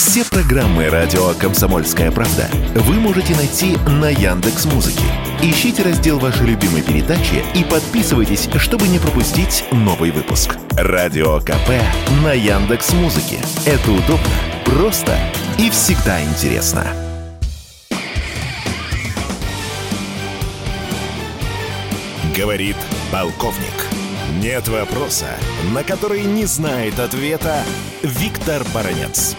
Все программы радио «Комсомольская правда» вы можете найти на Яндекс.Музыке. Ищите раздел вашей любимой передачи и подписывайтесь, чтобы не пропустить новый выпуск. Радио КП на Яндекс.Музыке. Это удобно, просто и всегда интересно. Говорит полковник. Нет вопроса, на который не знает ответа Виктор Баранец.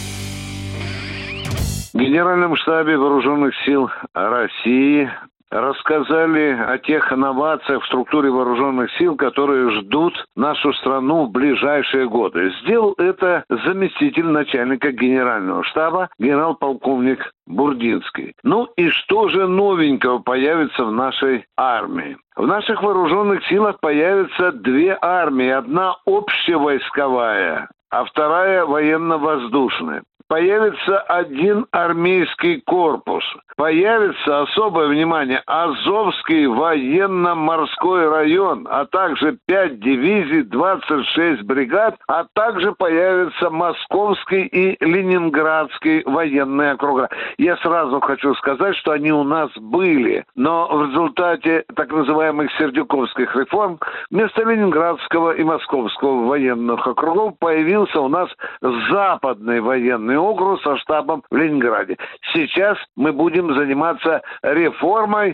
В Генеральном штабе Вооруженных сил России рассказали о тех инновациях в структуре вооруженных сил, которые ждут нашу страну в ближайшие годы. Сделал это заместитель начальника Генерального штаба генерал-полковник Бурдинский. Ну и что же новенького появится в нашей армии? В наших вооруженных силах появятся две армии. Одна общевойсковая, а вторая военно-воздушная. Появится один армейский корпус. Появится особое внимание Азовский военно-морской район, а также 5 дивизий, 26 бригад, а также появится Московский и Ленинградский военные округа. Я сразу хочу сказать, что они у нас были, но в результате так называемых сердюковских реформ вместо Ленинградского и Московского военных округов появился у нас Западный военный округ со штабом в Ленинграде. Сейчас мы будем заниматься реформой.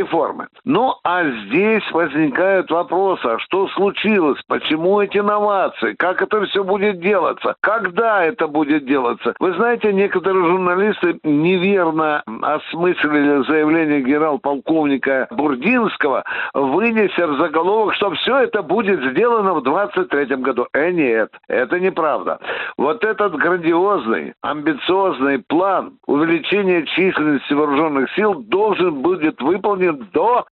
Ну, а здесь возникают вопросы, а что случилось? Почему эти инновации? Как это все будет делаться? Когда это будет делаться? Вы знаете, некоторые журналисты неверно осмыслили заявление генерал-полковника Бурдинского, вынеся в заголовок, что все это будет сделано в 2023 году. Нет, это неправда. Вот этот грандиозный, амбициозный план увеличения численности вооруженных сил должен будет выполнен до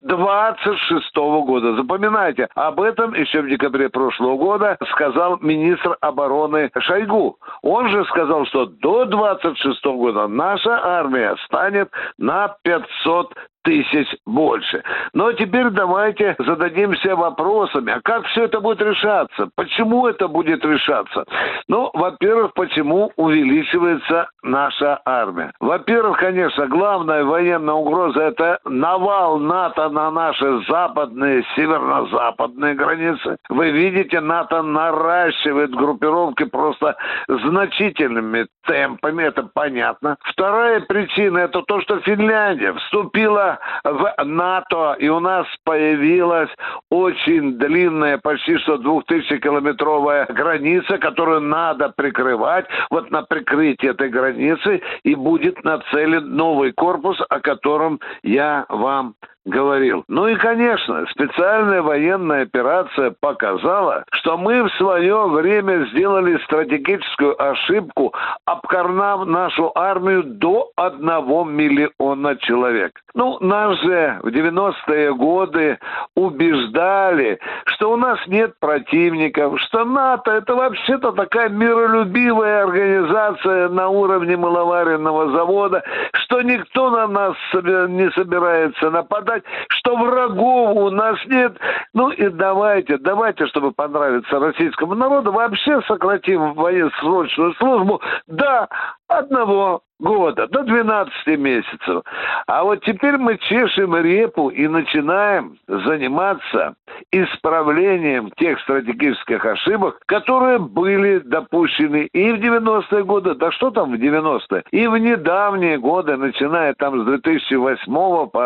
2026 года. Запоминайте, об этом еще в декабре прошлого года сказал министр обороны Шойгу. Он же сказал, что до 2026 года наша армия станет на 500 тысяч больше. Но теперь давайте зададимся вопросами, а как все это будет решаться? Почему это будет решаться? Ну, во-первых, почему увеличивается наша армия? Во-первых, конечно, главная военная угроза – это навал НАТО на наши западные, северо-западные границы. Вы видите, НАТО наращивает группировки просто значительными темпами, это понятно. Вторая причина – это то, что Финляндия вступила в НАТО, и у нас появилась очень длинная, почти что 2000-километровая граница, которую надо прикрывать. Вот на прикрытие этой границы и будет нацелен новый корпус, о котором я вам говорил. Ну и, конечно, специальная военная операция показала, что мы в свое время сделали стратегическую ошибку, обкорнав нашу армию до 1 миллиона человек. Ну, нас же в 90-е годы убеждали, что у нас нет противников, что НАТО – это вообще-то такая миролюбивая организация на уровне мыловаренного завода, что никто на нас не собирается нападать, что врагов у нас нет. Ну и давайте, чтобы понравиться российскому народу, вообще сократим военно-срочную службу до 1 года, до 12 месяцев. А вот теперь мы чешем репу и начинаем заниматься исправлением тех стратегических ошибок, которые были допущены и в 90-е годы, да что там в 90-е, и в недавние годы, начиная там с 2008 по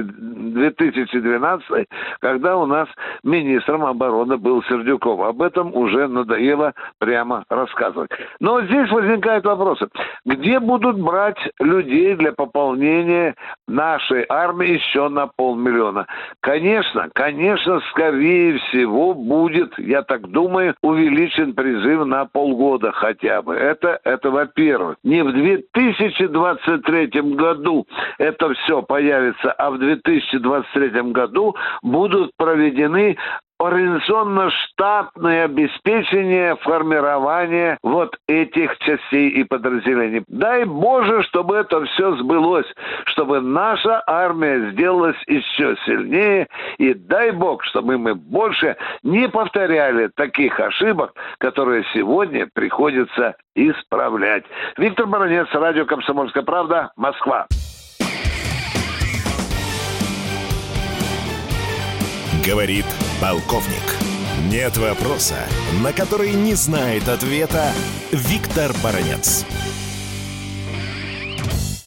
2012, когда у нас министром обороны был Сердюков. Об этом уже надоело прямо рассказывать. Но здесь возникают вопросы. Где будут брать людей для пополнения нашей армии еще на 500 000? Конечно, скорее всего будет, я так думаю, увеличен призыв на полгода хотя бы. Это во-первых. Не в 2023 году это все появится, а в 2023 году будут проведены организационно-штатное обеспечение формирования вот этих частей и подразделений. Дай Боже, чтобы это все сбылось, чтобы наша армия сделалась еще сильнее, и дай Бог, чтобы мы больше не повторяли таких ошибок, которые сегодня приходится исправлять. Виктор Баранец, радио «Комсомольская правда», Москва. Говорит полковник. Нет вопроса, на который не знает ответа Виктор Баранец.